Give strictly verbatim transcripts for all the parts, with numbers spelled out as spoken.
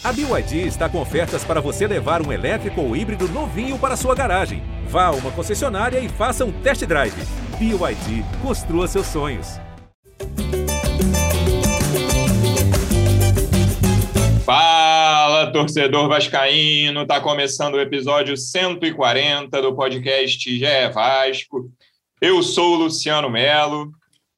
A B Y D está com ofertas para você levar um elétrico ou híbrido novinho para sua garagem. Vá a uma concessionária e faça um test drive. B Y D, construa seus sonhos. Fala, torcedor vascaíno! Tá começando o episódio cento e quarenta do podcast G E Vasco. Eu sou o Luciano Melo.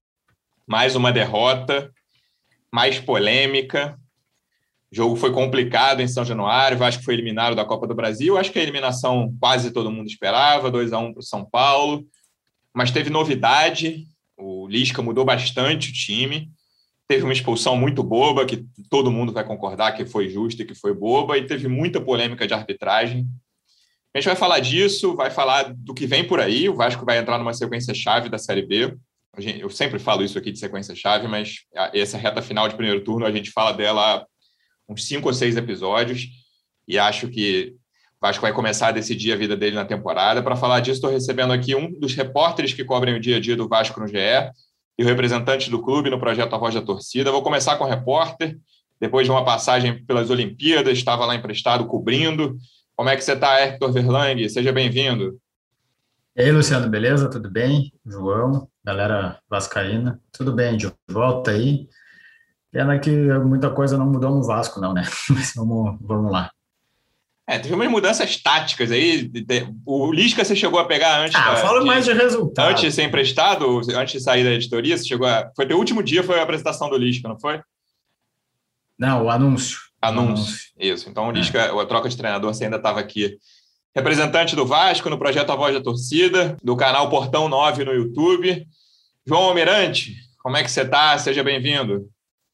Mais uma derrota, mais polêmica. O jogo foi complicado em São Januário, o Vasco foi eliminado da Copa do Brasil. Acho que a eliminação quase todo mundo esperava, dois a um para o São Paulo. Mas teve novidade, o Lisca mudou bastante o time. Teve uma expulsão muito boba, que todo mundo vai concordar que foi justa e que foi boba, e teve muita polêmica de arbitragem. A gente vai falar disso, vai falar do que vem por aí. O Vasco vai entrar numa sequência-chave da Série B. Eu sempre falo isso aqui de sequência-chave, mas essa reta final de primeiro turno, a gente fala dela uns cinco ou seis episódios, e acho que o Vasco vai começar a decidir a vida dele na temporada. Para falar disso, estou recebendo aqui um dos repórteres que cobrem o dia a dia do Vasco no G E e o representante do clube no projeto A Voz da Torcida. Vou começar com o repórter, depois de uma passagem pelas Olimpíadas, estava lá emprestado cobrindo. Como é que você está, Hector Verlang? Seja bem-vindo. E aí, Luciano, beleza? Tudo bem? João, galera vascaína, tudo bem? De volta aí. Pena que muita coisa não mudou no Vasco, não, né? Mas vamos, vamos lá. É, teve umas mudanças táticas aí. O Lisca você chegou a pegar antes... Ah, da, fala de, mais de resultado. Antes de ser emprestado, antes de sair da editoria, você chegou a... Foi teu último dia, foi a apresentação do Lisca, não foi? Não, o anúncio. Anúncio, anúncio. Isso. Então o Lisca, é. a troca de treinador, você ainda estava aqui. Representante do Vasco no projeto A Voz da Torcida, do canal Portão nove no YouTube. João Almirante, como é que você está? Seja bem-vindo.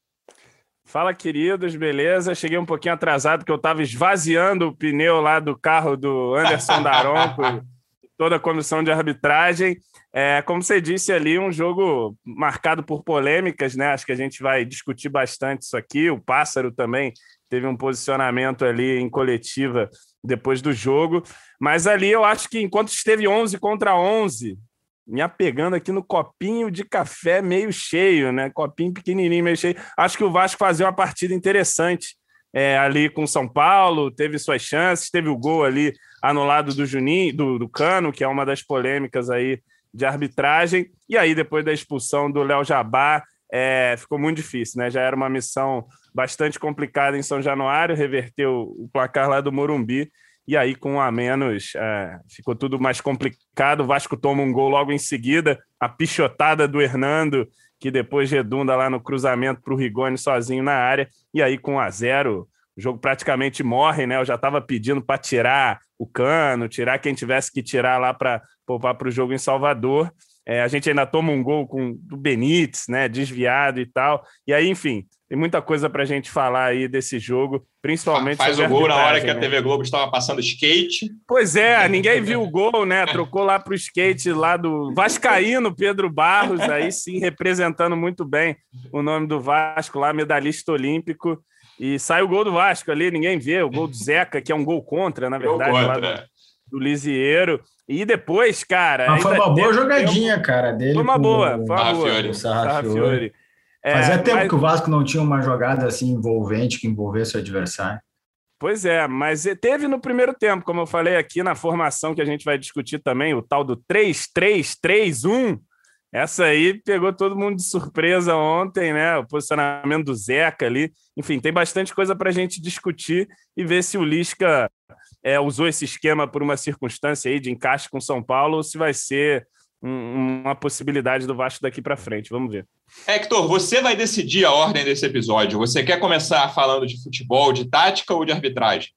Fala, queridos, beleza? Cheguei um pouquinho atrasado, porque eu estava esvaziando o pneu lá do carro do Anderson Daronco, toda a comissão de arbitragem. É, como você disse ali, um jogo marcado por polêmicas, né? Acho que a gente vai discutir bastante isso aqui. O Pássaro também teve um posicionamento ali em coletiva depois do jogo. Mas ali eu acho que enquanto esteve onze contra onze... me apegando aqui no copinho de café meio cheio, né? Copinho pequenininho, meio cheio. Acho que o Vasco fazia uma partida interessante é, ali com o São Paulo, teve suas chances, teve o gol ali anulado do Juninho, do, do Cano, que é uma das polêmicas aí de arbitragem. E aí, depois da expulsão do Léo Jabá, é, ficou muito difícil, né? Já era uma missão bastante complicada em São Januário, reverteu o placar lá do Morumbi. E aí, com um a menos, é, ficou tudo mais complicado. O Vasco toma um gol logo em seguida, a pichotada do Hernando, que depois redunda lá no cruzamento para o Rigoni sozinho na área. E aí, com um a zero, o jogo praticamente morre, né? Eu já estava pedindo para tirar o Cano, tirar quem tivesse que tirar lá para poupar para o jogo em Salvador. É, a gente ainda toma um gol com do Benítez, né? Desviado e tal. E aí, enfim, tem muita coisa para a gente falar aí desse jogo, principalmente... Faz o gol na hora que a T V Globo estava passando skate. Pois é, ninguém viu o gol, né? Trocou lá para o skate lá do vascaíno Pedro Barros, aí sim, representando muito bem o nome do Vasco lá, medalhista olímpico. E sai o gol do Vasco ali, ninguém vê. O gol do Zeca, que é um gol contra, na verdade, contra. lá do, do Lisieiro. E depois, cara... Mas foi uma boa jogadinha, tempo... cara, dele. Foi uma boa, o... foi uma boa. O Sarrafiori. É, Fazia tempo mas... que o Vasco não tinha uma jogada assim envolvente que envolvesse o adversário. Pois é, mas teve no primeiro tempo, como eu falei aqui na formação que a gente vai discutir também, o tal do três três três um. Essa aí pegou todo mundo de surpresa ontem, né? O posicionamento do Zeca ali. Enfim, tem bastante coisa para a gente discutir e ver se o Lisca é, usou esse esquema por uma circunstância aí de encaixe com São Paulo ou se vai ser um, uma possibilidade do Vasco daqui para frente. Vamos ver. Hector, você vai decidir a ordem desse episódio. Você quer começar falando de futebol, de tática ou de arbitragem?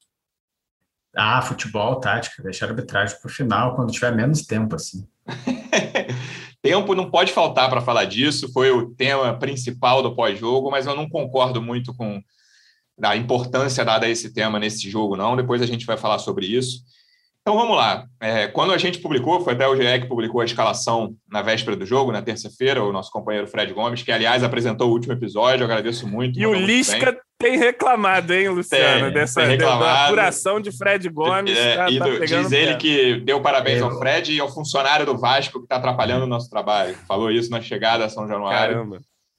Ah, futebol, tática. Deixar a arbitragem para o final, quando tiver menos tempo, assim. Tempo não pode faltar para falar disso. Foi o tema principal do pós-jogo, mas eu não concordo muito com a importância dada a esse tema nesse jogo, não. Depois a gente vai falar sobre isso. Então vamos lá. É, quando a gente publicou, foi até o G E que publicou a escalação na véspera do jogo, na terça-feira, o nosso companheiro Fred Gomes, que aliás apresentou o último episódio, eu agradeço muito. E o Lisca tem reclamado, hein, Luciano, tem, dessa tem reclamado. Da apuração de Fred Gomes. É, tá, e tá do, diz ele pé. que deu parabéns Eu... ao Fred e ao funcionário do Vasco que está atrapalhando o nosso trabalho. Falou isso na chegada a São Januário. Caramba.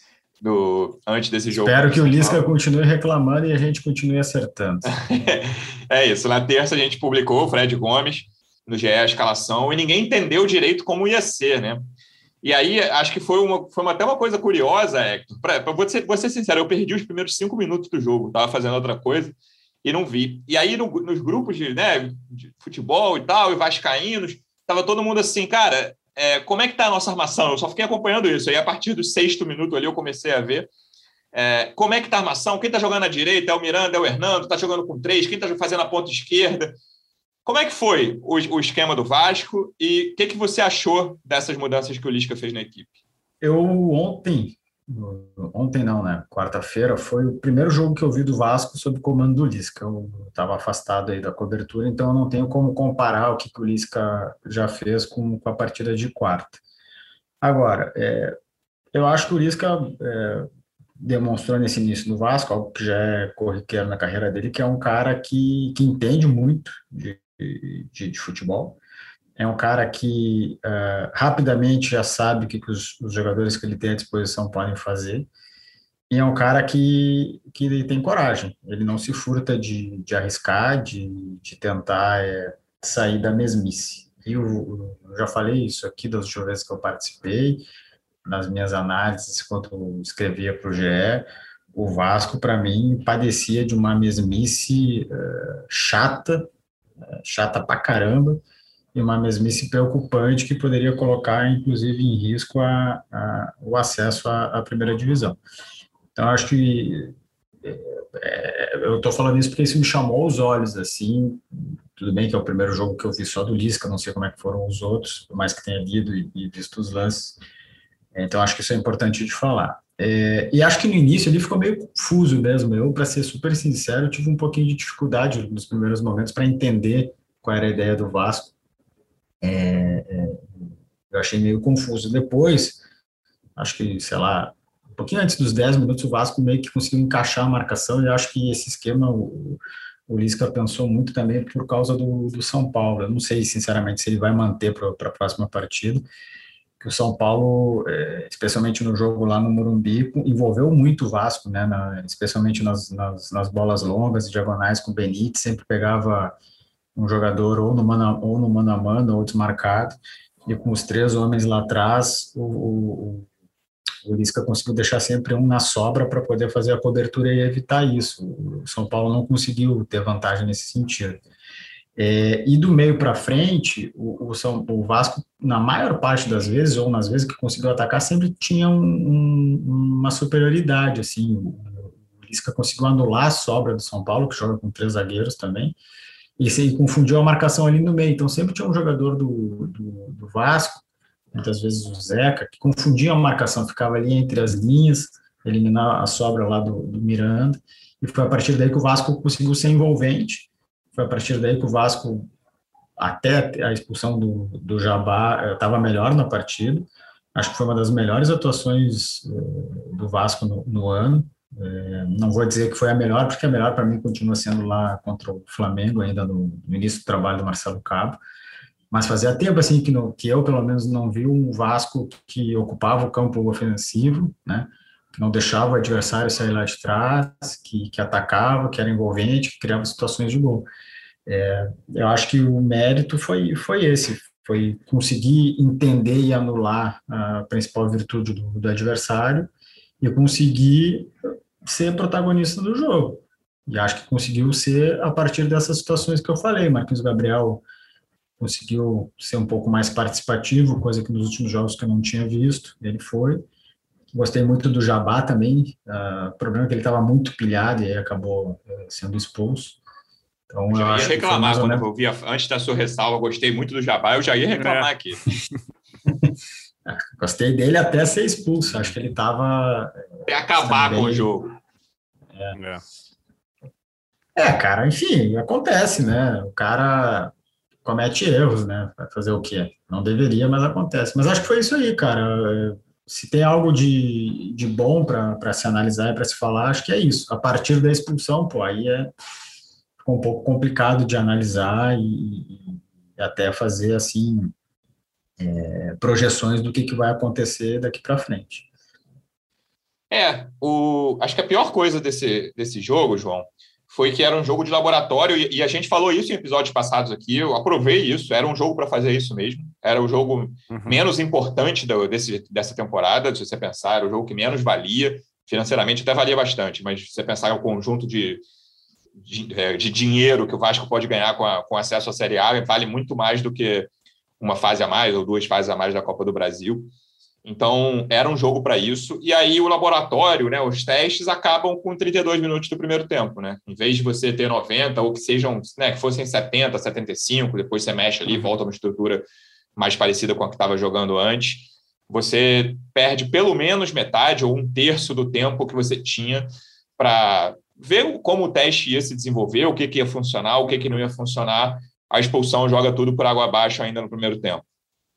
do, antes desse jogo. Espero que o Lisca continue reclamando e a gente continue acertando. É isso. Na terça a gente publicou o Fred Gomes no G E a escalação e ninguém entendeu direito como ia ser, né? E aí, acho que foi, uma, foi uma, até uma coisa curiosa, Hector. Pra, pra vou, ser, vou ser sincero, eu perdi os primeiros cinco minutos do jogo, estava fazendo outra coisa e não vi. E aí, no, nos grupos de, né, de futebol e tal, e vascaínos, estava todo mundo assim, cara, é, como é que tá a nossa armação? Eu só fiquei acompanhando isso. Aí, a partir do sexto minuto ali, eu comecei a ver é, como é que tá a armação, quem tá jogando à direita é o Miranda, é o Hernando, tá jogando com três, quem tá fazendo a ponta esquerda. Como é que foi o, o esquema do Vasco e o que, que você achou dessas mudanças que o Lisca fez na equipe? Eu ontem, ontem não, né? Quarta-feira, foi o primeiro jogo que eu vi do Vasco sob comando do Lisca. Eu estava afastado aí da cobertura, então eu não tenho como comparar o que, que o Lisca já fez com, com a partida de quarta. Agora, é, eu acho que o Lisca é, demonstrou nesse início do Vasco, algo que já é corriqueiro na carreira dele, que é um cara que, que entende muito de De, de futebol, é um cara que uh, rapidamente já sabe o que, que os, os jogadores que ele tem à disposição podem fazer, e é um cara que, que tem coragem, ele não se furta de, de arriscar, de, de tentar é, sair da mesmice. E eu, eu já falei isso aqui das últimas vezes que eu participei, nas minhas análises, quando eu escrevia para o G E, o Vasco, para mim, padecia de uma mesmice uh, chata, chata pra caramba, e uma mesmice preocupante que poderia colocar, inclusive, em risco a, a, o acesso à, à primeira divisão. Então, acho que é, eu estou falando isso porque isso me chamou os olhos, assim, tudo bem que é o primeiro jogo que eu vi só do Lisca, não sei como é que foram os outros, por mais que tenha lido e, e visto os lances, então acho que isso é importante de falar. É, e acho que no início ele ficou meio confuso mesmo. Eu, para ser super sincero, tive um pouquinho de dificuldade nos primeiros momentos para entender qual era a ideia do Vasco. É, é, eu achei meio confuso. Depois, acho que, sei lá, um pouquinho antes dos dez minutos, o Vasco meio que conseguiu encaixar a marcação, e eu acho que esse esquema o, o Lisca pensou muito também por causa do, do São Paulo. Eu não sei, sinceramente, se ele vai manter para a próxima partida, que o São Paulo, especialmente no jogo lá no Morumbi, envolveu muito o Vasco, né, na, especialmente nas, nas, nas bolas longas e diagonais com o Benítez, sempre pegava um jogador ou no mano, ou no mano a mano ou desmarcado, e com os três homens lá atrás, o, o, o Lisca conseguiu deixar sempre um na sobra para poder fazer a cobertura e evitar isso. O São Paulo não conseguiu ter vantagem nesse sentido. É, e do meio para frente, o, o, São, o Vasco, na maior parte das vezes, ou nas vezes que conseguiu atacar, sempre tinha um, um, uma superioridade, assim, o, o Lisca conseguiu anular a sobra do São Paulo, que joga com três zagueiros também, e se confundiu a marcação ali no meio, então sempre tinha um jogador do, do, do Vasco, muitas vezes o Zeca, que confundia a marcação, ficava ali entre as linhas, eliminar a sobra lá do, do Miranda, e foi a partir daí que o Vasco conseguiu ser envolvente. Foi a partir daí que o Vasco, até a expulsão do, do Jabá, estava melhor na partida. Acho que foi uma das melhores atuações uh, do Vasco no, no ano. É, não vou dizer que foi a melhor, porque a melhor para mim continua sendo lá contra o Flamengo, ainda no, no início do trabalho do Marcelo Cabo. Mas fazia tempo assim que, no, que eu, pelo menos, não vi um Vasco que ocupava o campo ofensivo, né? Que não deixava o adversário sair lá de trás, que, que atacava, que era envolvente, que criava situações de gol. É, eu acho que o mérito foi, foi esse, foi conseguir entender e anular a principal virtude do, do adversário e conseguir ser protagonista do jogo. E acho que conseguiu ser a partir dessas situações que eu falei. Marquinhos Gabriel conseguiu ser um pouco mais participativo, coisa que nos últimos jogos que eu não tinha visto, ele foi. Gostei muito do Jabá também, uh, o problema é que ele estava muito pilhado e aí acabou uh, sendo expulso. Então, eu já eu ia acho reclamar quando menos... eu vi, antes da sua ressalva, gostei muito do Jabá, eu já ia reclamar é. aqui. Gostei dele até ser expulso, acho que ele estava... Até acabar também com o jogo. É. é, cara, enfim, acontece, né? O cara comete erros, né? Vai fazer o quê? Não deveria, mas acontece. Mas acho que foi isso aí, cara. Se tem algo de, de bom para se analisar e para se falar, acho que é isso. A partir da expulsão, pô, aí é ficou um pouco complicado de analisar e, e até fazer, assim, é, projeções do que, que vai acontecer daqui para frente. É, o, acho que a pior coisa desse, desse jogo, João, foi que era um jogo de laboratório, e, e a gente falou isso em episódios passados aqui, eu aprovei isso, era um jogo para fazer isso mesmo, era o jogo uhum. menos importante do, desse, dessa temporada, se você pensar, era o jogo que menos valia, financeiramente até valia bastante, mas se você pensar em um conjunto de, de, de dinheiro que o Vasco pode ganhar com, a, com acesso à Série A, vale muito mais do que uma fase a mais ou duas fases a mais da Copa do Brasil. Então, era um jogo para isso. E aí, o laboratório, né, os testes, acabam com trinta e dois minutos do primeiro tempo. Né? Em vez de você ter noventa, ou que sejam, né, que fossem setenta, setenta e cinco, depois você mexe ali e volta a uma estrutura mais parecida com a que estava jogando antes, você perde pelo menos metade ou um terço do tempo que você tinha para ver como o teste ia se desenvolver, o que, que ia funcionar, o que, que não ia funcionar. A expulsão joga tudo por água abaixo ainda no primeiro tempo.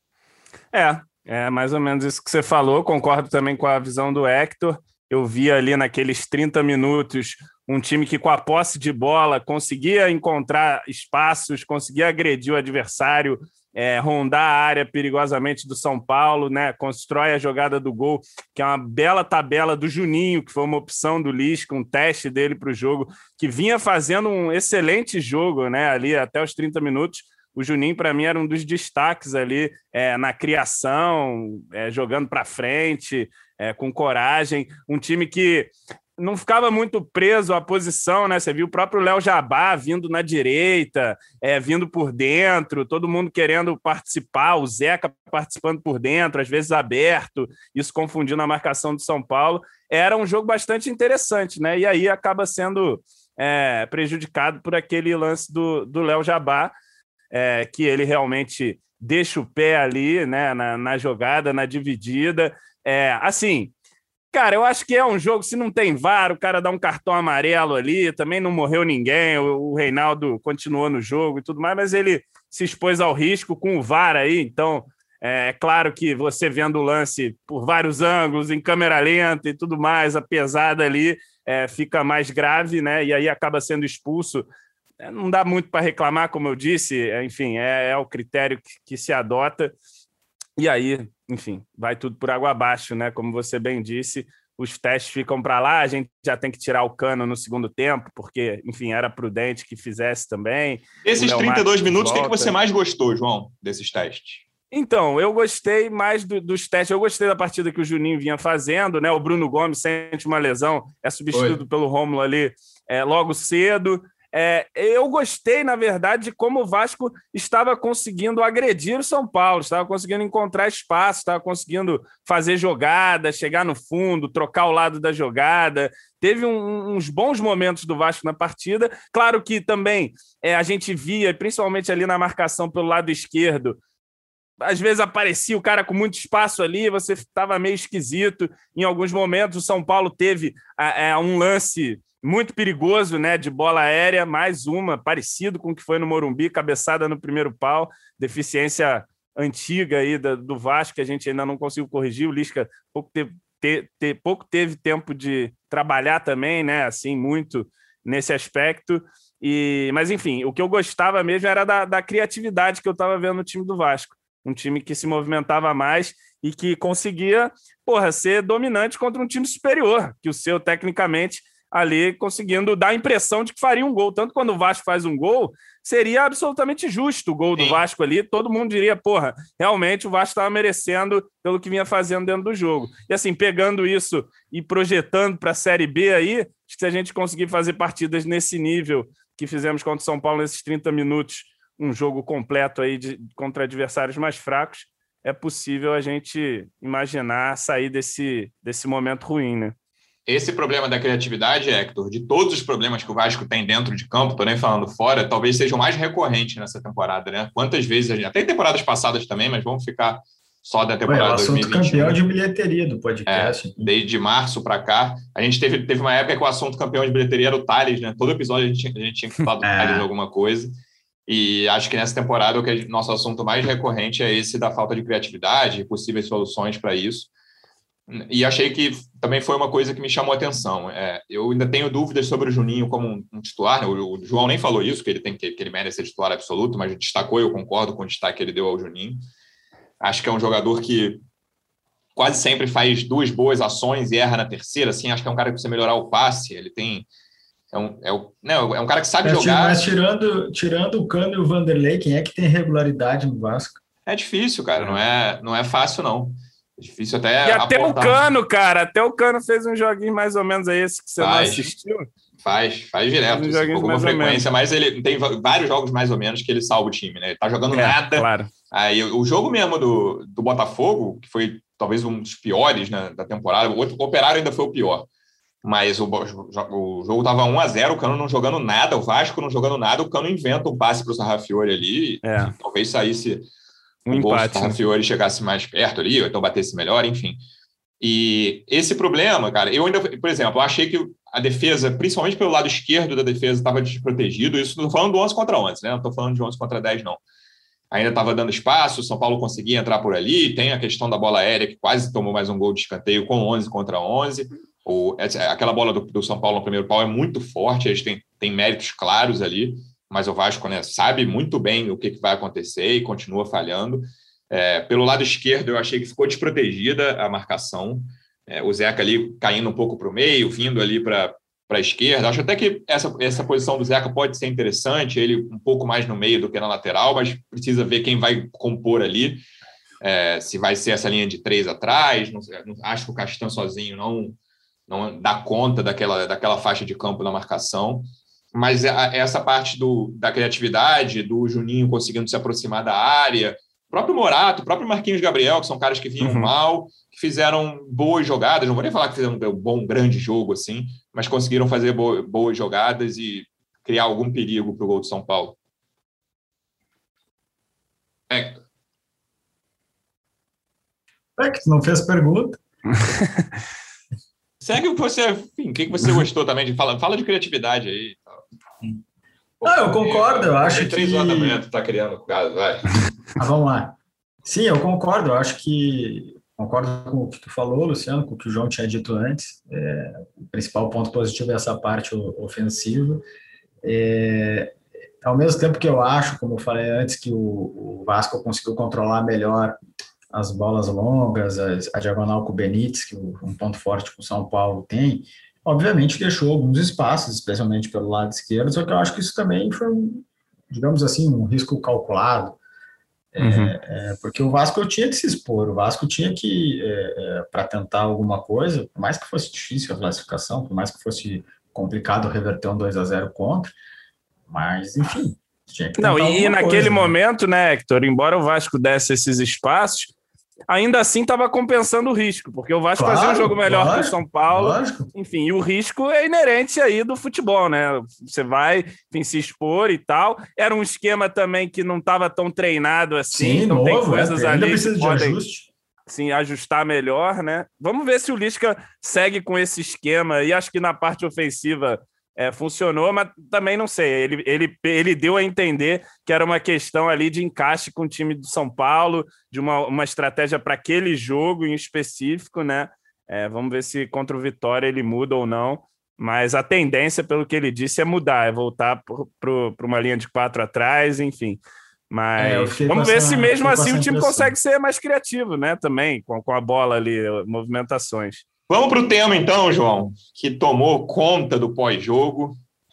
É. É mais ou menos isso que você falou, concordo também com a visão do Hector. Eu vi ali naqueles trinta minutos um time que com a posse de bola conseguia encontrar espaços, conseguia agredir o adversário, é, rondar a área perigosamente do São Paulo, né? Constrói a jogada do gol, que é uma bela tabela do Juninho, que foi uma opção do Lisca, um teste dele para o jogo, que vinha fazendo um excelente jogo, né? Ali até os trinta minutos. O Juninho, para mim, era um dos destaques ali é, na criação, é, jogando para frente, é, com coragem. Um time que não ficava muito preso à posição, né? Você viu o próprio Léo Jabá vindo na direita, é, vindo por dentro, todo mundo querendo participar, o Zeca participando por dentro, às vezes aberto, isso confundindo a marcação do São Paulo. Era um jogo bastante interessante, né? E aí acaba sendo é, prejudicado por aquele lance do, do Léo Jabá, É, que ele realmente deixa o pé ali, né, na, na jogada, na dividida. É, assim, cara, eu acho que é um jogo, se não tem V A R, o cara dá um cartão amarelo ali, também não morreu ninguém, o, o Reinaldo continuou no jogo e tudo mais, mas ele se expôs ao risco com o V A R aí, então é claro que você vendo o lance por vários ângulos, em câmera lenta e tudo mais, a pesada ali é, fica mais grave, né, e aí acaba sendo expulso. Não dá muito para reclamar, como eu disse, enfim, é, é o critério que, que se adota. E aí, enfim, vai tudo por água abaixo, né? Como você bem disse, os testes ficam para lá, a gente já tem que tirar o Cano no segundo tempo, porque, enfim, era prudente que fizesse também. Esses trinta e dois minutos, o que, que você mais gostou, João, desses testes? Então, eu gostei mais do, dos testes, eu gostei da partida que o Juninho vinha fazendo, né? O Bruno Gomes sente uma lesão, é substituído Oi. pelo Rômulo ali é, logo cedo. É, eu gostei, na verdade, de como o Vasco estava conseguindo agredir o São Paulo, estava conseguindo encontrar espaço, estava conseguindo fazer jogada, chegar no fundo, trocar o lado da jogada. Teve um, uns bons momentos do Vasco na partida. Claro que também é, a gente via, principalmente ali na marcação pelo lado esquerdo, às vezes aparecia o cara com muito espaço ali, você estava meio esquisito. Em alguns momentos, o São Paulo teve é, um lance muito perigoso, né, de bola aérea, mais uma, parecido com o que foi no Morumbi, cabeçada no primeiro pau, deficiência antiga aí do, do Vasco, que a gente ainda não conseguiu corrigir. O Lisca pouco teve, te, te, pouco teve tempo de trabalhar também, né, assim, muito nesse aspecto. E, mas, enfim, o que eu gostava mesmo era da, da criatividade que eu estava vendo no time do Vasco. Um time que se movimentava mais e que conseguia, porra, ser dominante contra um time superior, que o seu, tecnicamente, ali conseguindo dar a impressão de que faria um gol. Tanto quando o Vasco faz um gol, seria absolutamente justo o gol do Sim. Vasco ali. Todo mundo diria, porra, realmente o Vasco estava merecendo pelo que vinha fazendo dentro do jogo. E assim, pegando isso e projetando para a Série B aí, acho que se a gente conseguir fazer partidas nesse nível que fizemos contra o São Paulo nesses trinta minutos, um jogo completo aí de, contra adversários mais fracos, é possível a gente imaginar sair desse, desse momento ruim, né? Esse problema da criatividade, Hector, de todos os problemas que o Vasco tem dentro de campo, estou nem falando fora, talvez seja o mais recorrente nessa temporada, né? Quantas vezes a gente... Até em temporadas passadas também, mas vamos ficar só da temporada dois mil e vinte e um. O assunto campeão de bilheteria do podcast. É, desde março para cá. A gente teve, teve uma época que o assunto campeão de bilheteria era o Thales, né? Todo episódio a gente, a gente tinha que falar do é. Thales alguma coisa. E acho que nessa temporada o que o nosso assunto mais recorrente é esse da falta de criatividade e possíveis soluções para isso. E achei que também foi uma coisa que me chamou a atenção. É, eu ainda tenho dúvidas sobre o Juninho como um, um titular. Né? O, o João nem falou isso, que ele, tem que, que ele merece ser titular absoluto, mas destacou, eu concordo com o destaque que ele deu ao Juninho. Acho que é um jogador que quase sempre faz duas boas ações e erra na terceira, assim, acho que é um cara que precisa melhorar o passe, ele tem... É um, é um, não, é um cara que sabe mas, jogar... Mas tirando, tirando o Cano e o Vanderlei, quem é que tem regularidade no Vasco? É difícil, cara, não é, não é fácil, não. É difícil até E até apontar. o Cano, cara, até o Cano fez um joguinho mais ou menos aí, esse que você faz, não assistiu. Faz, faz direto, um assim, com alguma frequência, mas ele tem vários jogos mais ou menos que ele salva o time, né? Ele tá jogando é, nada. Claro. Aí o jogo mesmo do, do Botafogo, que foi talvez um dos piores, né, da temporada, o, outro, o Operário ainda foi o pior. Mas o, o jogo tava um a zero, o Cano não jogando nada, o Vasco não jogando nada, o Cano inventa um passe pro Sarrafiori ali, é. e talvez saísse um o empate, do Sarrafiori, né? Chegasse mais perto ali, ou então batesse melhor, enfim. E esse problema, cara, eu ainda, por exemplo, eu achei que a defesa, principalmente pelo lado esquerdo da defesa, estava desprotegido. Isso não estou falando do onze contra onze, né? Não estou falando de onze contra dez, não. Ainda estava dando espaço, o São Paulo conseguia entrar por ali. Tem a questão da bola aérea, que quase tomou mais um gol de escanteio com onze contra onze. O, aquela bola do, do São Paulo no primeiro pau é muito forte, eles têm, têm méritos claros ali, mas o Vasco, né, sabe muito bem o que, que vai acontecer e continua falhando. É, pelo lado esquerdo, eu achei que ficou desprotegida a marcação. É, o Zeca ali caindo um pouco para o meio, vindo ali para a esquerda. Acho até que essa, essa posição do Zeca pode ser interessante, ele um pouco mais no meio do que na lateral, mas precisa ver quem vai compor ali. É, se vai ser essa linha de três atrás. Não, não, acho que o Castan sozinho não, não dá conta daquela, daquela faixa de campo na marcação. Mas a, essa parte do, da criatividade, do Juninho conseguindo se aproximar da área, o próprio Morato, o próprio Marquinhos Gabriel, que são caras que vinham uhum. mal, que fizeram boas jogadas, não vou nem falar que fizeram um bom, grande jogo, assim, mas conseguiram fazer bo- boas jogadas e criar algum perigo para o gol do São Paulo. É. É que tu não fez pergunta. Segue o que você, enfim, o que você gostou também de falar? Fala de criatividade aí. Ah, eu concordo, eu acho que... Três horas da manhã tu tá criando caso, vai. Ah, vamos lá. Sim, eu concordo, eu acho que... Concordo com o que tu falou, Luciano, com o que o João tinha dito antes. É, o principal ponto positivo é essa parte ofensiva. É, ao mesmo tempo que eu acho, como eu falei antes, que o, o Vasco conseguiu controlar melhor as bolas longas, a, a diagonal com o Benítez, que o, um ponto forte que o São Paulo tem, obviamente deixou alguns espaços, especialmente pelo lado esquerdo, só que eu acho que isso também foi, um, digamos assim, um risco calculado, uhum. é, é, porque o Vasco tinha que se expor, o Vasco tinha que, é, é, para tentar alguma coisa, por mais que fosse difícil a classificação, por mais que fosse complicado reverter um dois a zero contra, mas, enfim, tinha que tentar Não, e naquele coisa, momento, né, Hector, embora o Vasco desse esses espaços, ainda assim estava compensando o risco, porque o Vasco claro, fazia um jogo melhor lógico, que o São Paulo, lógico. Enfim, e o risco é inerente aí do futebol, né? Você vai, enfim, se expor e tal. Era um esquema também que não estava tão treinado assim, Sim, então novo, tem coisas é, ali precisa que de podem ajuste. Sim, ajustar melhor, né? Vamos ver se o Lisca segue com esse esquema, e acho que na parte ofensiva É, funcionou, mas também não sei. Ele, ele, ele deu a entender que era uma questão ali de encaixe com o time do São Paulo, de uma, uma estratégia para aquele jogo em específico, né? É, vamos ver se contra o Vitória ele muda ou não. Mas a tendência, pelo que ele disse, é mudar, é voltar para uma linha de quatro atrás, enfim. Mas é, vamos ver essa, se mesmo assim o time impressão. consegue ser mais criativo, né? Também, com, com a bola ali, movimentações. Vamos para o tema, então, João, que tomou conta do pós-jogo.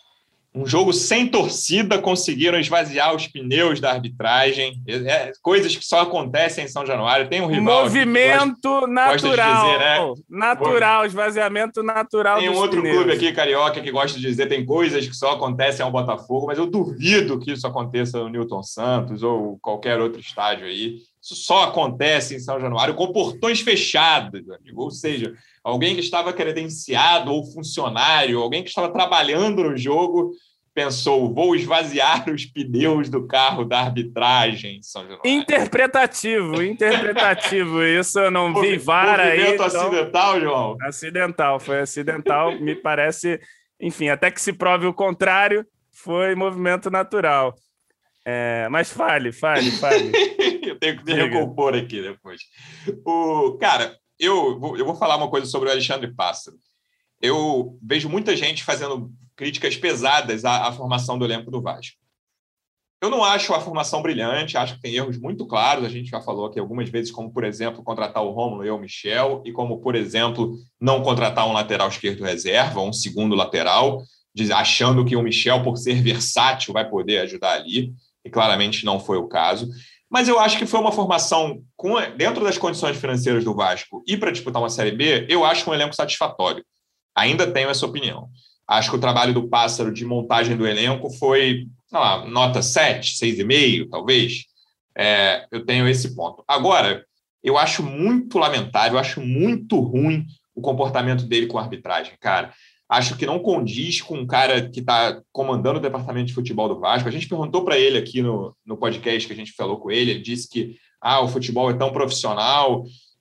Um jogo sem torcida, conseguiram esvaziar os pneus da arbitragem. É, coisas que só acontecem em São Januário. Tem um rival Movimento gosta, natural. Gosta de dizer, né? Natural, esvaziamento natural Tem um dos outro pneus. clube aqui, carioca, que gosta de dizer tem coisas que só acontecem ao Botafogo, mas eu duvido que isso aconteça no Newton Santos ou qualquer outro estádio aí. Isso só acontece em São Januário com portões fechados, amigo. Ou seja, alguém que estava credenciado ou funcionário, alguém que estava trabalhando no jogo, pensou, vou esvaziar os pneus do carro da arbitragem em São Januário. Interpretativo, interpretativo. Isso eu não vi vara aí. Movimento então... acidental, João? Acidental, foi acidental. Me parece, enfim, até que se prove o contrário, foi movimento natural. É, mas fale, fale, fale. Eu tenho que me recompor aqui depois. O, cara, eu vou, eu vou falar uma coisa sobre o Alexandre Pássaro. Eu vejo muita gente fazendo críticas pesadas à, à formação do elenco do Vasco. eu não acho a formação brilhante, acho que tem erros muito claros, a gente já falou aqui algumas vezes, como, por exemplo, contratar o Rômulo e o Michel, e como, por exemplo, não contratar um lateral esquerdo reserva, um segundo lateral, achando que o Michel, por ser versátil, vai poder ajudar ali, e claramente não foi o caso. Mas eu acho que foi uma formação, com, dentro das condições financeiras do Vasco, e para disputar uma Série B, eu acho um elenco satisfatório. Ainda tenho essa opinião. Acho que o trabalho do Pássaro de montagem do elenco foi, sei lá, nota sete, seis vírgula cinco, talvez. É, eu tenho esse ponto. Agora, eu acho muito lamentável, eu acho muito ruim o comportamento dele com a arbitragem, cara. Acho que não condiz com um cara que está comandando o departamento de futebol do Vasco. A gente perguntou para ele aqui no, no podcast que a gente falou com ele, ele disse que ah, o futebol é tão profissional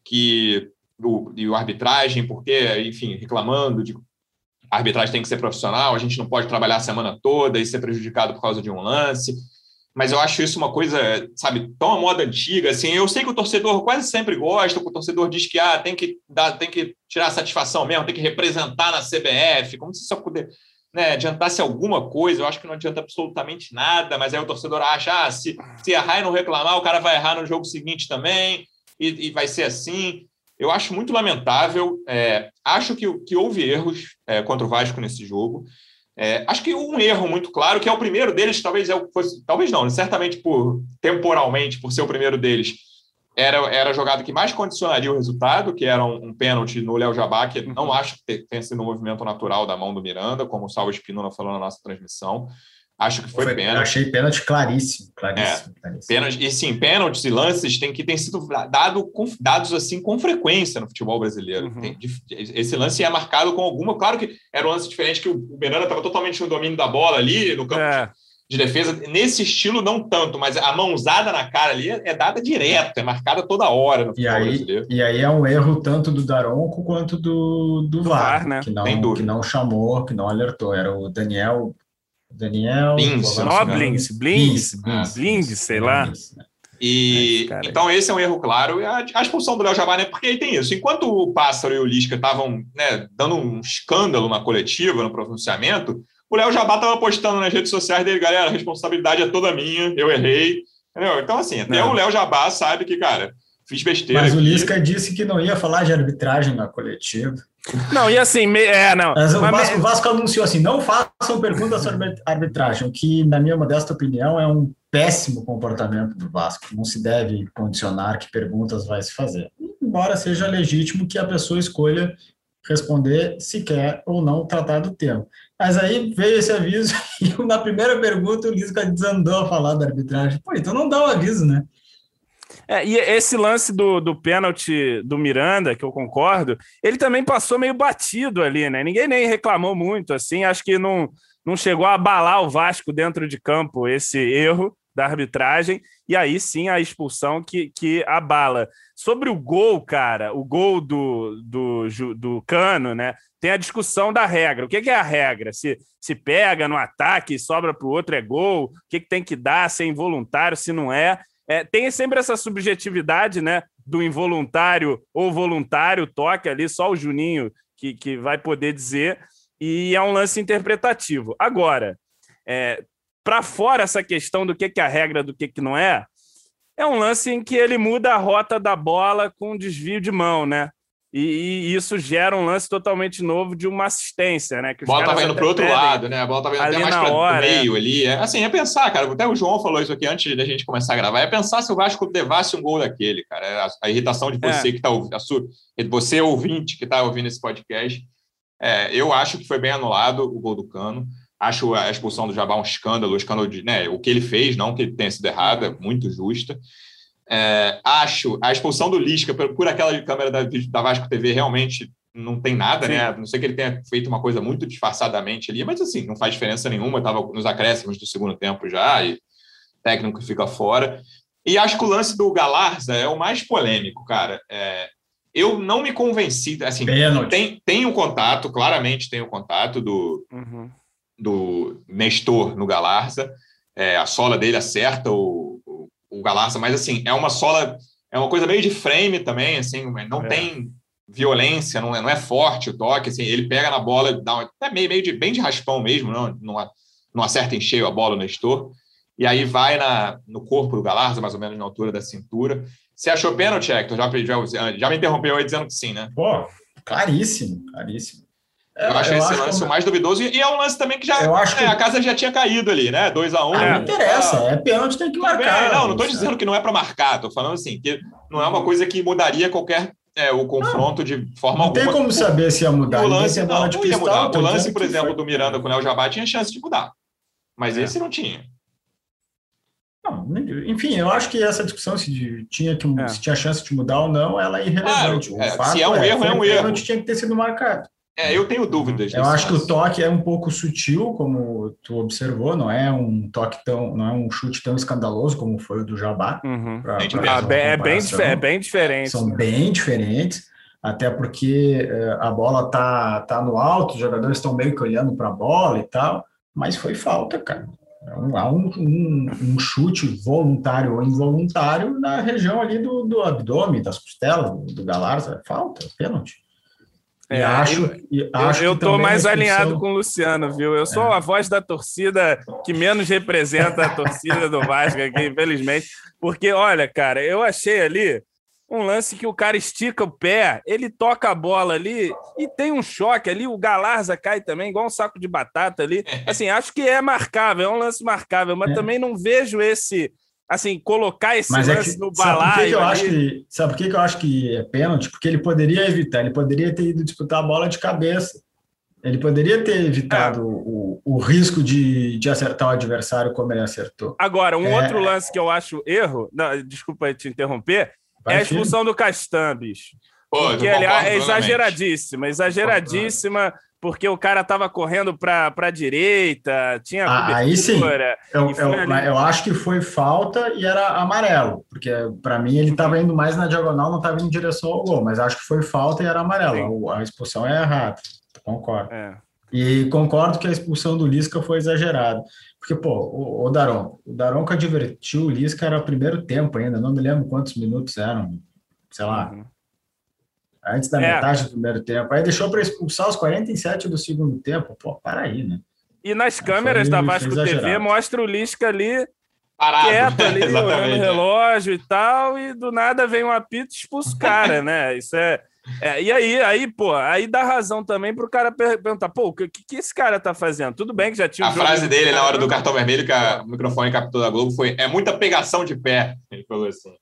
que o, e a arbitragem, porque, enfim, reclamando de a arbitragem tem que ser profissional, a gente não pode trabalhar a semana toda e ser prejudicado por causa de um lance. Mas eu acho isso uma coisa, sabe, tão a moda antiga, assim. Eu sei que o torcedor quase sempre gosta, o torcedor diz que ah, tem que dar, tem que tirar a satisfação mesmo, tem que representar na C B F, como se isso puder, né, adiantasse alguma coisa. Eu acho que não adianta absolutamente nada, mas aí o torcedor acha, ah, se, se errar e não reclamar, o cara vai errar no jogo seguinte também, e, e vai ser assim. Eu acho muito lamentável, é, acho que, que houve erros é, contra o Vasco nesse jogo. É, acho que um erro muito claro, que é o primeiro deles, talvez é o fosse, talvez não, certamente por temporalmente, por ser o primeiro deles, era, era a jogada que mais condicionaria o resultado, que era um, um pênalti no Léo Jabá, que não acho que tenha sido um movimento natural da mão do Miranda, como o Salvo Espínola falou na nossa transmissão. Acho que foi, foi pênalti. Achei pênalti claríssimo, claríssimo, é, claríssimo. Pênalti, e sim, pênaltis e lances têm que têm sido dado, com, dados assim com frequência no futebol brasileiro. Uhum. Tem, esse lance é marcado com alguma... Claro que era um lance diferente, que o Miranda estava totalmente no domínio da bola ali, no campo é. de, de defesa. Nesse estilo, não tanto, mas a mãozada na cara ali é dada direto, é marcada toda hora no futebol e aí, brasileiro. E aí é um erro tanto do Daronco quanto do, do, do V A R, né? que, não, que não chamou, que não alertou. Era o Daniel... Daniel... Blins, Blins, Blins, Blins, sei lá. E, é, então, esse é um erro claro. E a, a expulsão do Léo Jabá, né? Porque aí tem isso. Enquanto o Pássaro e o Lisca estavam, né, dando um escândalo na coletiva, no pronunciamento, o Léo Jabá estava postando nas redes sociais dele, galera, a responsabilidade é toda minha, eu errei. Entendeu? Então, assim, até não. o Léo Jabá sabe que, cara, fiz besteira. Mas aqui. o Lisca disse que não ia falar de arbitragem na coletiva. Não, e assim, me, é, não. Mas o, Mas Vasco, me... o Vasco anunciou assim, não façam perguntas sobre arbitragem, o que, na minha modesta opinião, é um péssimo comportamento do Vasco. Não se deve condicionar que perguntas vai se fazer. Embora seja legítimo que a pessoa escolha responder se quer ou não tratar do tema. Mas aí veio esse aviso e na primeira pergunta o Lisca desandou a falar da arbitragem. Pô, então não dá o aviso, né? É, e esse lance do, do pênalti do Miranda, que eu concordo, ele também passou meio batido ali, né? Ninguém nem reclamou muito, assim, acho que não, não chegou a abalar o Vasco dentro de campo esse erro da arbitragem, e aí sim a expulsão que, que abala. Sobre o gol, cara, o gol do, do, do Cano, né? Tem a discussão da regra. O que é a regra? Se, se pega no ataque e sobra para o outro é gol? O que, que tem que dar? Se é involuntário, se não é? É, tem sempre essa subjetividade, né, do involuntário ou voluntário, toque ali, só o Juninho que, que vai poder dizer, e é um lance interpretativo. Agora, é, para fora essa questão do que, que é a regra, do que, que não é, é um lance em que ele muda a rota da bola com um desvio de mão, né? E, e isso gera um lance totalmente novo de uma assistência, né? Que a bola estava indo para o outro lado, né? A bola estava indo até mais para o meio ali. É, assim, é pensar, cara. Até o João falou isso aqui antes da gente começar a gravar. É pensar se o Vasco levasse um gol daquele, cara. É a, a irritação de você é. que está ouvindo, você ouvinte que está ouvindo esse podcast. É, eu acho que foi bem anulado o gol do Cano. Acho a expulsão do Jabá um escândalo, um escândalo de, né? O que ele fez, não que ele tenha sido errado, é muito justa. É, acho a expulsão do Lisca por, por aquela câmera da, da Vasco T V realmente não tem nada, Sim. né? A não sei que ele tenha feito uma coisa muito disfarçadamente ali, mas assim, não faz diferença nenhuma. Estava nos acréscimos do segundo tempo já, e o técnico fica fora. E acho que o lance do Galarza é o mais polêmico, cara. É, eu não me convenci, assim, tem, tem um contato, claramente tem um contato do, uhum. do Nestor no Galarza, é, a sola dele acerta o o Galarza, mas assim, é uma sola, é uma coisa meio de frame também, assim, não é. tem violência, não é, não é forte o toque, assim, ele pega na bola, dá uma, é meio, meio de, bem de raspão mesmo, não, não, não acerta em cheio a bola no Nestor, e aí vai na, no corpo do Galarza, mais ou menos na altura da cintura. Você achou pênalti, Hector? Já, já, já me interrompeu aí dizendo que sim, né? Pô, claríssimo, claríssimo. Eu é, acho eu esse acho lance que... o mais duvidoso, e é um lance também que já eu acho que... É, a casa já tinha caído ali, né? dois a um. Ah, não interessa, é pênalti, tem que marcar. Bem, não, não estou dizendo que não é para marcar, estou falando assim, que não é uma coisa que mudaria qualquer é, o confronto não, de forma não alguma. Não tem como saber se ia mudar. O lance, não, não, de não ia cristal, mudar. O lance, por exemplo, foi... do Miranda com o Léo Jabá tinha chance de mudar, mas é. esse não tinha. Não, enfim, eu acho que essa discussão se, de, tinha, que, é. se tinha chance de mudar ou não, ela é irrelevante. Claro, é, se é um é, erro, é um erro. Tinha que ter sido marcado. É, eu tenho dúvidas. Eu acho lance. que o toque é um pouco sutil, como tu observou, não é um toque tão, não é um chute tão escandaloso como foi o do Jabá. Uhum. Pra, é, pra bem, é, bem, é bem diferente. São né? bem diferentes, até porque a bola tá, tá no alto, os jogadores estão meio que olhando para a bola e tal, mas foi falta, cara. Há um, um, um chute voluntário ou involuntário na região ali do, do abdômen, das costelas, do Galarza, falta, pênalti. É, e acho, e acho eu estou mais expulsão... alinhado com o Luciano, viu? Eu sou é. a voz da torcida que menos representa a torcida do Vasco aqui, infelizmente, porque, olha, cara, eu achei ali um lance que o cara estica o pé, ele toca a bola ali e tem um choque ali, o Galarza cai também, igual um saco de batata ali. Assim, acho que é marcável, é um lance marcável, mas é. também não vejo esse, assim, colocar esse mas lance é que, no balaio. Sabe por que, que eu acho que, sabe por que, que eu acho que é pênalti? Porque ele poderia evitar, ele poderia ter ido disputar a bola de cabeça. Ele poderia ter evitado é. o, o risco de, de acertar o adversário como ele acertou. Agora, um é... outro lance que eu acho erro, não, desculpa te interromper, Vai, é a expulsão filho. do Castan, bicho. Pô, porque, aliás, é exageradíssima, exageradíssima, porque o cara estava correndo para a direita, tinha ah, aí sim, eu, eu, ali... eu acho que foi falta e era amarelo, porque para mim ele estava indo mais na diagonal, não estava indo em direção ao gol, mas acho que foi falta e era amarelo, a, a expulsão é errada, concordo. É. E concordo que a expulsão do Lisca foi exagerada. Porque, pô, o, o Daronco, o Daronco advertiu o Lisca, era o primeiro tempo ainda, não me lembro quantos minutos eram, sei lá, uhum. antes da é. metade do primeiro tempo. Aí deixou para expulsar os quarenta e sete do segundo tempo. Pô, para aí, né? E nas câmeras foi, da Vasco T V mostra o Lisca ali, parado, quieto ali, olhando o relógio e tal, e do nada vem um apito e expulsa o cara, né? Isso é... É, e aí, aí, pô, aí dá razão também pro cara perguntar, pô, o que, que esse cara tá fazendo? Tudo bem que já tinha... Um a frase dele na hora do cartão vermelho, que a, o microfone captou da Globo, foi, é muita pegação de pé. Ele falou assim.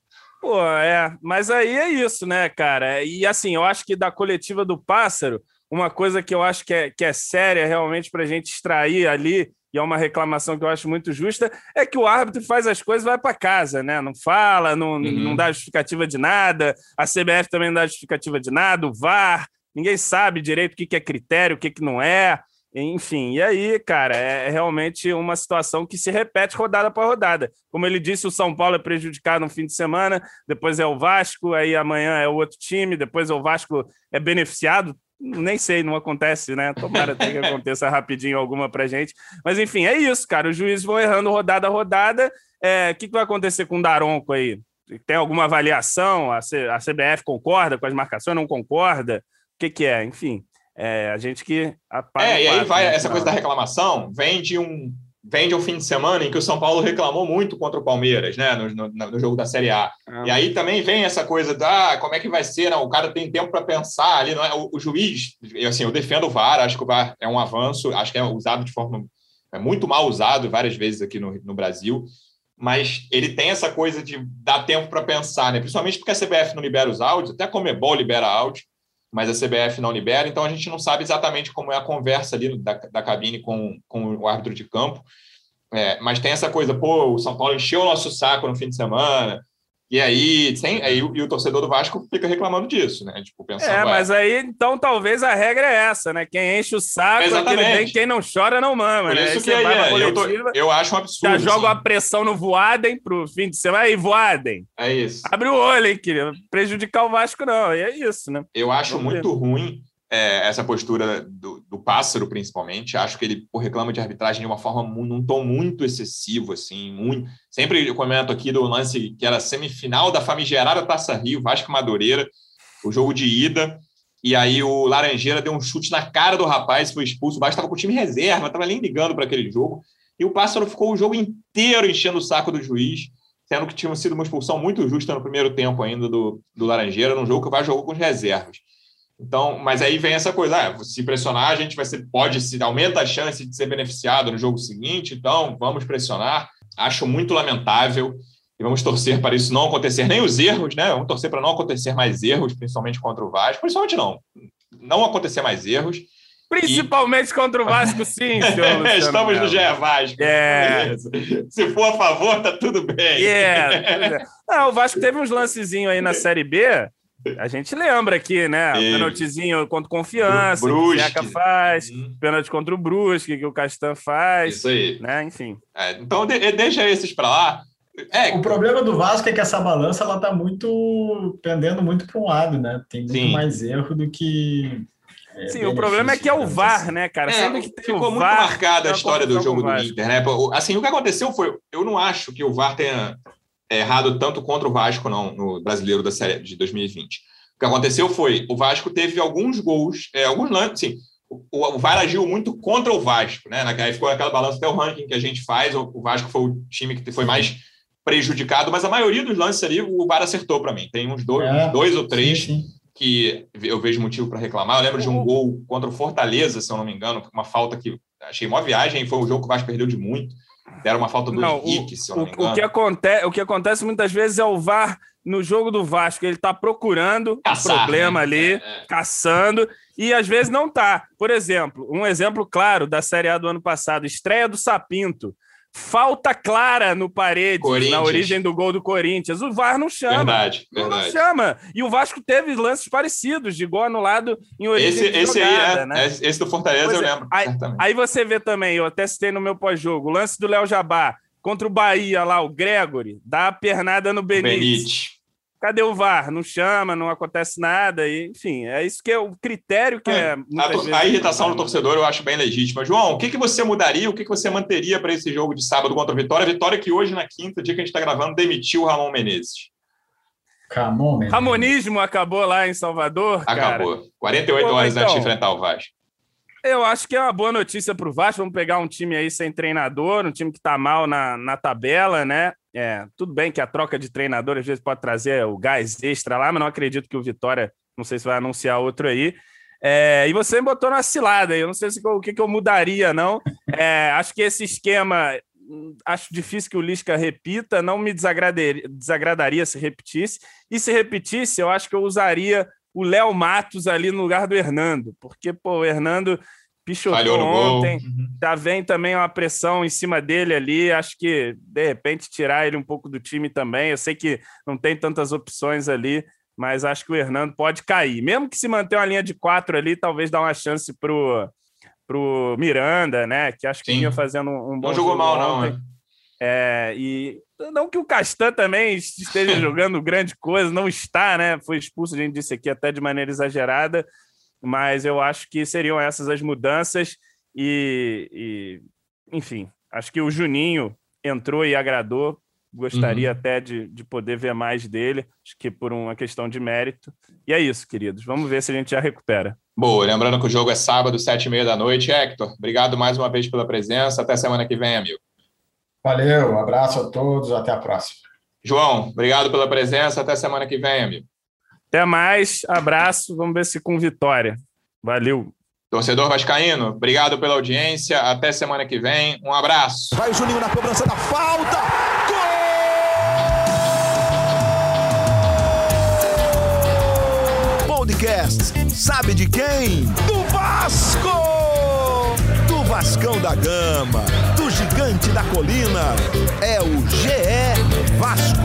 Pô, é, mas aí é isso, né, cara? E assim, eu acho que da coletiva do Pássaro, uma coisa que eu acho que é, que é séria realmente pra gente extrair ali, e é uma reclamação que eu acho muito justa, é que o árbitro faz as coisas e vai para casa, né? Não fala, não, uhum. não dá justificativa de nada, a C B F também não dá justificativa de nada, o V A R, ninguém sabe direito o que é critério, o que não é, enfim. E aí, cara, é realmente uma situação que se repete rodada para rodada. Como ele disse, o São Paulo é prejudicado no fim de semana, depois é o Vasco, aí amanhã é o outro time, depois o Vasco é beneficiado. Nem sei, não acontece, né? Tomara até que aconteça rapidinho alguma pra gente. Mas, enfim, é isso, cara. Os juízes vão errando rodada a rodada. É, o que, que vai acontecer com o Daronco aí? Tem alguma avaliação? A, C, a C B F concorda com as marcações? Não concorda? O que, que é? Enfim, é, a gente que... É, e aí vai né, essa coisa da reclamação, vem de um... Vem de um fim de semana em que o São Paulo reclamou muito contra o Palmeiras, né, no, no, no jogo da Série A. Ah. E aí também vem essa coisa da ah, como é que vai ser, não? O cara tem tempo para pensar ali, não é? O, o juiz, eu, assim, eu defendo o V A R, acho que o V A R é um avanço, acho que é usado de forma é muito mal usado várias vezes aqui no, no Brasil, mas ele tem essa coisa de dar tempo para pensar, né? Principalmente porque a C B F não libera os áudios, até a Conmebol libera áudio, mas a C B F não libera, então a gente não sabe exatamente como é a conversa ali da, da cabine com, com o árbitro de campo, é, mas tem essa coisa, pô, o São Paulo encheu o nosso saco no fim de semana, e aí, sem, aí e o torcedor do Vasco fica reclamando disso, né? Tipo, pensando, é, mas aí, então, talvez a regra é essa, né? Quem enche o saco exatamente. É aquele bem, quem não chora não mama, por né? Isso aí que aí, é, eu, tô, eu acho um absurdo. Já joga assim. A pressão no Voaden pro fim de semana. Aí, Voaden. É isso. Abre o olho, hein, querido. Prejudicar o Vasco, não. E é isso, né? Eu acho Vamos muito ver. ruim é, essa postura do, do Pássaro, principalmente. Acho que ele pô, reclama de arbitragem de uma forma, num tom muito excessivo, assim, muito... Sempre eu comento aqui do lance que era semifinal da famigerada Taça Rio, Vasco e Madureira, o jogo de ida, e aí o Laranjeira deu um chute na cara do rapaz, foi expulso, o Vasco estava com o time reserva, estava nem ligando para aquele jogo, e o Pássaro ficou o jogo inteiro enchendo o saco do juiz, sendo que tinha sido uma expulsão muito justa no primeiro tempo ainda do, do Laranjeira, num jogo que o Vasco jogou com os reservas. Então, mas aí vem essa coisa, ah, se pressionar, a gente vai ser, pode, se aumenta a chance de ser beneficiado no jogo seguinte, então vamos pressionar. Acho muito lamentável e vamos torcer para isso não acontecer, nem os erros, né? Vamos torcer para não acontecer mais erros, principalmente contra o Vasco, principalmente não, não acontecer mais erros. Principalmente e... contra o Vasco, sim, senhor Luciano. Estamos no G E Vasco. É. Se for a favor, tá tudo bem. É. Não, o Vasco teve uns lancezinhos aí na Série B. A gente lembra aqui, né? O pênaltizinho contra o Confiança, que o Zeca faz, hum. pênalti contra o Brusque, que o Castan faz. Isso aí. Né? Enfim. É, então, de, deixa esses para lá. É. O problema do Vasco é que essa balança ela tá muito pendendo muito para um lado, né? Tem muito Sim. mais erro do que. É, Sim, o problema é que é o V A R, né, cara? É, Sempre que tem ficou o muito V A R, marcada a história do jogo do Inter, né? Assim, o que aconteceu foi, eu não acho que o V A R tenha errado tanto contra o Vasco, não, no Brasileiro da Série de dois mil e vinte. O que aconteceu foi, o Vasco teve alguns gols, é, alguns lances, sim, o, o V A R agiu muito contra o Vasco, né? Aí ficou aquela balança, até o ranking que a gente faz, o, o Vasco foi o time que foi mais prejudicado, mas a maioria dos lances ali o V A R acertou para mim. Tem uns dois, é, uns dois ou três sim, sim. que eu vejo motivo para reclamar. Eu lembro de um gol contra o Fortaleza, se eu não me engano, uma falta que achei uma viagem, foi um jogo que o Vasco perdeu de muito. Era uma falta do não, Henrique, o, se eu não o, me engano. O que, acontece, o que acontece muitas vezes é o V A R no jogo do Vasco, ele está procurando o um problema, né? ali, é, é. caçando, e às vezes não está. Por exemplo, um exemplo claro da Série A do ano passado, estreia do Sapinto. Falta clara no Paredes, na origem do gol do Corinthians. O V A R não chama. Verdade, verdade. Não chama. E o Vasco teve lances parecidos, de gol anulado em origem esse, de esse jogada. Aí é, né? Esse do Fortaleza pois eu lembro. Aí, aí você vê também, eu até citei no meu pós-jogo, o lance do Léo Jabá contra o Bahia lá, o Gregory, dá a pernada no Benítez. Benítez. Cadê o V A R? Não chama, não acontece nada. E, enfim, é isso que é o critério que é... é a, a irritação do torcedor eu acho bem legítima. João, o que, que você mudaria, o que, que você manteria para esse jogo de sábado contra o Vitória? Vitória que hoje, na quinta, dia que a gente está gravando, demitiu o Ramon Menezes. Ramon Menezes. Ramonismo acabou lá em Salvador, Acabou. Cara. quarenta e oito Pô, horas então, antes de enfrentar o Vasco. Eu acho que é uma boa notícia para o Vasco. Vamos pegar um time aí sem treinador, um time que está mal na, na tabela, né? É, tudo bem que a troca de treinador às vezes pode trazer o gás extra lá, mas não acredito que o Vitória, não sei se vai anunciar outro aí. É, e você me botou na cilada aí, eu não sei se, o que, que eu mudaria, não. É, acho que esse esquema, acho difícil que o Lisca repita, não me desagradaria, desagradaria se repetisse. E se repetisse, eu acho que eu usaria o Léo Matos ali no lugar do Hernando, porque, pô, o Hernando pichotou ontem, uhum. já vem também uma pressão em cima dele ali, acho que, de repente, tirar ele um pouco do time também, eu sei que não tem tantas opções ali, mas acho que o Hernando pode cair, mesmo que se manter uma linha de quatro ali, talvez dá uma chance pro, pro Miranda, né, que acho que Sim. ia fazendo um bom não jogou jogo mal ontem. não, né? É, e não que o Castan também esteja jogando grande coisa, não está, né, foi expulso, a gente disse aqui até de maneira exagerada, mas eu acho que seriam essas as mudanças e, e enfim, acho que o Juninho entrou e agradou, gostaria uhum. até de, de poder ver mais dele, acho que por uma questão de mérito, e é isso, queridos, vamos ver se a gente já recupera. Boa, lembrando que o jogo é sábado, sete e meia da noite. Hector, obrigado mais uma vez pela presença, até semana que vem, amigo. Valeu, um abraço a todos, até a próxima. João, obrigado pela presença, até semana que vem, amigo. Até mais, abraço, vamos ver se com vitória. Valeu. Torcedor vascaíno, obrigado pela audiência, até semana que vem, um abraço. Vai o Juninho na cobrança da falta, gol! Podcast, sabe de quem? Do Vasco! Do Vascão da Gama, do Gigante da Colina, é o G E Vasco.